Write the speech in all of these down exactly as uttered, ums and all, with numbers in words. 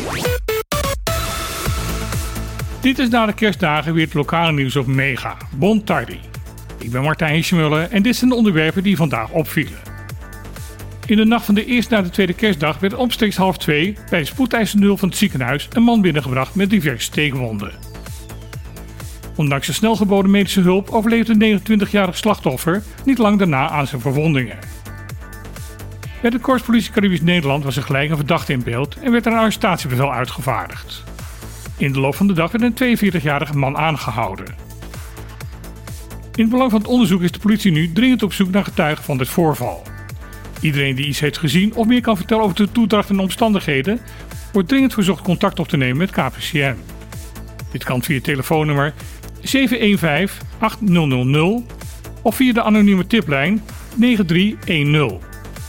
Dit is na de kerstdagen weer het lokale nieuws op Mega. Bon tardi. Ik ben Martijn Schmuller en dit zijn de onderwerpen die vandaag opvielen. In de nacht van de eerste naar de tweede kerstdag werd omstreeks half twee bij het spoedeisende nul van het ziekenhuis een man binnengebracht met diverse steekwonden. Ondanks de snel geboden medische hulp overleefde het negenentwintigjarig slachtoffer niet lang daarna aan zijn verwondingen. Bij de Korps Politie Caribisch Nederland was er gelijk een verdachte in beeld en werd er een arrestatiebevel uitgevaardigd. In de loop van de dag werd een tweeënveertigjarige man aangehouden. In het belang van het onderzoek is de politie nu dringend op zoek naar getuigen van dit voorval. Iedereen die iets heeft gezien of meer kan vertellen over de toedracht en omstandigheden, wordt dringend verzocht contact op te nemen met K P C N. Dit kan via telefoonnummer zeven een vijf acht nul nul nul of via de anonieme tiplijn negen drie een nul.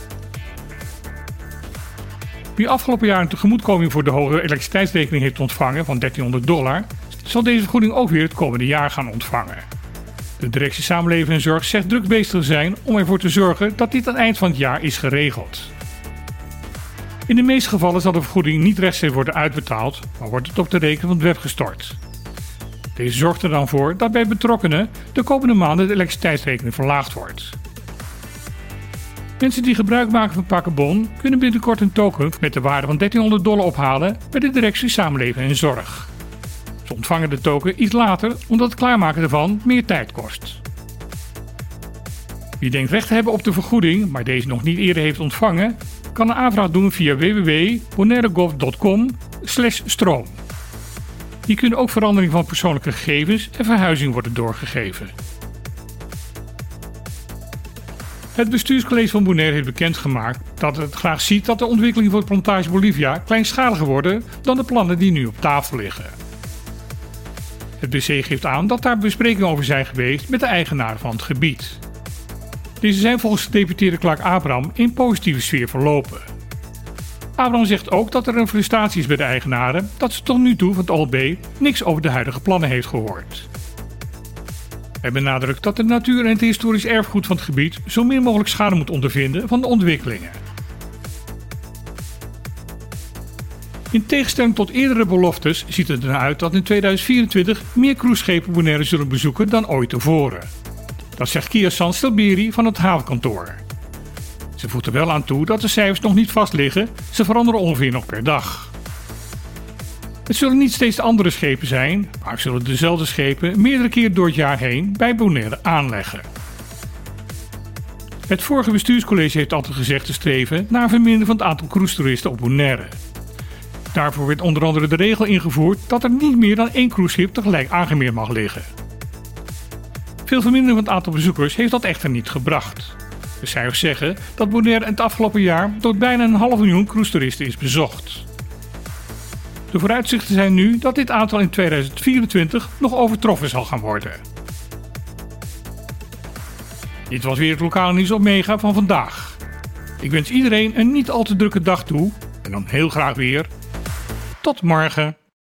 Wie afgelopen jaar een tegemoetkoming voor de hoge elektriciteitsrekening heeft ontvangen van dertienhonderd dollar, zal deze vergoeding ook weer het komende jaar gaan ontvangen. De directie Samenleving en Zorg zegt druk bezig te zijn om ervoor te zorgen dat dit aan het eind van het jaar is geregeld. In de meeste gevallen zal de vergoeding niet rechtstreeks worden uitbetaald, maar wordt het op de rekening van het web gestort. Deze zorgt er dan voor dat bij betrokkenen de komende maanden de elektriciteitsrekening verlaagd wordt. Mensen die gebruik maken van Pakkenbon kunnen binnenkort een token met de waarde van dertienhonderd dollar ophalen bij de directie Samenleving en Zorg. Ze ontvangen de token iets later omdat het klaarmaken ervan meer tijd kost. Wie denkt recht te hebben op de vergoeding, maar deze nog niet eerder heeft ontvangen, kan een aanvraag doen via w w w punt bonaire.gov punt com slash stroom. Hier kunnen ook verandering van persoonlijke gegevens en verhuizing worden doorgegeven. Het bestuurscollege van Bonaire heeft bekendgemaakt dat het graag ziet dat de ontwikkeling voor de plantage Bolivia kleinschaliger worden dan de plannen die nu op tafel liggen. Het B C geeft aan dat daar besprekingen over zijn geweest met de eigenaren van het gebied. Deze zijn volgens de deputeerde Clark Abraham in positieve sfeer verlopen. Abraham zegt ook dat er een frustratie is bij de eigenaren dat ze tot nu toe van het O L B niks over de huidige plannen heeft gehoord. Hij benadrukt dat de natuur en het historisch erfgoed van het gebied zo min mogelijk schade moet ondervinden van de ontwikkelingen. In tegenstelling tot eerdere beloftes ziet het er uit dat in tweeduizend vierentwintig meer cruiseschepen Bonaire zullen bezoeken dan ooit tevoren. Dat zegt Kiasan Stelberi van het havenkantoor. Ze voegt er wel aan toe dat de cijfers nog niet vast liggen, ze veranderen ongeveer nog per dag. Het zullen niet steeds andere schepen zijn, maar zullen dezelfde schepen meerdere keren door het jaar heen bij Bonaire aanleggen. Het vorige bestuurscollege heeft altijd gezegd te streven naar een vermindering van het aantal cruise-toeristen op Bonaire. Daarvoor werd onder andere de regel ingevoerd dat er niet meer dan één cruiseschip tegelijk aangemeerd mag liggen. Veel vermindering van het aantal bezoekers heeft dat echter niet gebracht. De cijfers zeggen dat Bonaire het afgelopen jaar door bijna een half miljoen cruise-toeristen is bezocht. De vooruitzichten zijn nu dat dit aantal in tweeduizend vierentwintig nog overtroffen zal gaan worden. Dit was weer het lokale nieuws op Mega van vandaag. Ik wens iedereen een niet al te drukke dag toe en dan heel graag weer tot morgen.